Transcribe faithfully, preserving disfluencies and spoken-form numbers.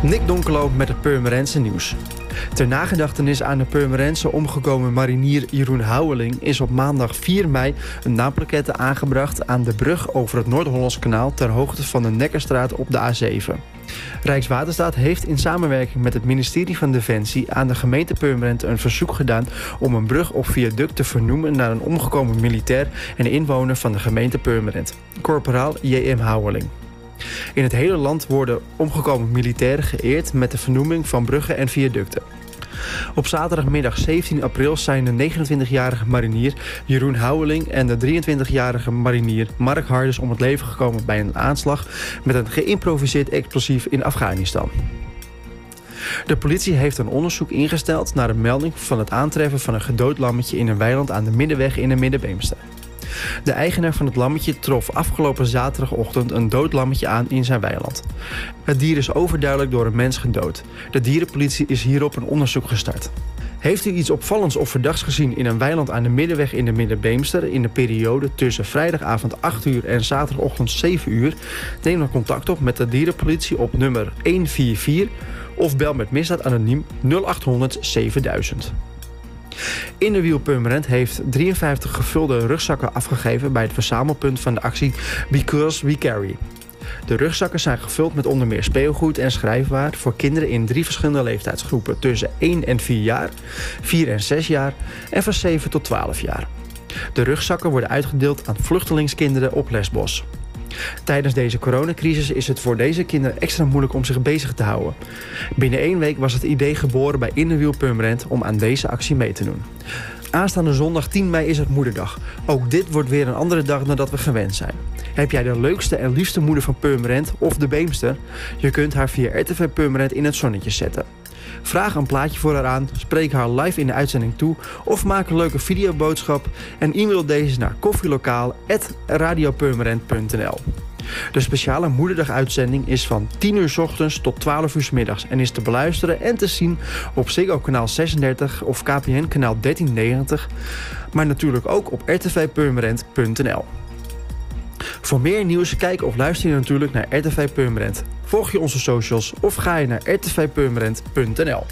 Nick Donkelo met het Purmerendse nieuws. Ter nagedachtenis aan de Purmerendse omgekomen marinier Jeroen Houweling is op maandag vier mei een naamplaquette aangebracht aan de brug over het Noord-Hollands Kanaal ter hoogte van de Nekkerstraat op de A zeven. Rijkswaterstaat heeft in samenwerking met het ministerie van Defensie aan de gemeente Purmerend een verzoek gedaan om een brug of viaduct te vernoemen naar een omgekomen militair en inwoner van de gemeente Purmerend, korporaal J M Houweling. In het hele land worden omgekomen militairen geëerd met de vernoeming van bruggen en viaducten. Op zaterdagmiddag zeventien april zijn de negenentwintigjarige marinier Jeroen Houweling en de drieëntwintigjarige marinier Mark Harders om het leven gekomen bij een aanslag met een geïmproviseerd explosief in Afghanistan. De politie heeft een onderzoek ingesteld naar een melding van het aantreffen van een gedood lammetje in een weiland aan de Middenweg in de Middenbeemster. De eigenaar van het lammetje trof afgelopen zaterdagochtend een dood lammetje aan in zijn weiland. Het dier is overduidelijk door een mens gedood. De dierenpolitie is hierop een onderzoek gestart. Heeft u iets opvallends of verdachts gezien in een weiland aan de Middenweg in de Middenbeemster in de periode tussen vrijdagavond acht uur en zaterdagochtend zeven uur? Neem dan contact op met de dierenpolitie op nummer een vier vier of bel met misdaad anoniem nul acht honderd zevenduizend. Innerwiel Purmerend heeft drieënvijftig gevulde rugzakken afgegeven bij het verzamelpunt van de actie Because We Carry. De rugzakken zijn gevuld met onder meer speelgoed en schrijfwaar voor kinderen in drie verschillende leeftijdsgroepen tussen één en vier jaar, vier en zes jaar en van zeven tot twaalf jaar. De rugzakken worden uitgedeeld aan vluchtelingskinderen op Lesbos. Tijdens deze coronacrisis is het voor deze kinderen extra moeilijk om zich bezig te houden. Binnen één week was het idee geboren bij Innerwiel Purmerend om aan deze actie mee te doen. Aanstaande zondag tien mei is het Moederdag. Ook dit wordt weer een andere dag dan dat we gewend zijn. Heb jij de leukste en liefste moeder van Purmerend of de Beemster? Je kunt haar via R T V Purmerend in het zonnetje zetten. Vraag een plaatje voor haar aan, spreek haar live in de uitzending toe of maak een leuke videoboodschap en e-mail deze naar koffielokaal apenstaartje radiopurmerend punt n l. De speciale Moederdag-uitzending is van tien uur 's ochtends tot twaalf uur 's middags en is te beluisteren en te zien op Ziggo kanaal zesendertig of K P N kanaal dertien negentig, maar natuurlijk ook op r t v purmerend punt n l. Voor meer nieuws kijk of luister je natuurlijk naar R T V Purmerend. Volg je onze socials of ga je naar r t v purmerend punt n l.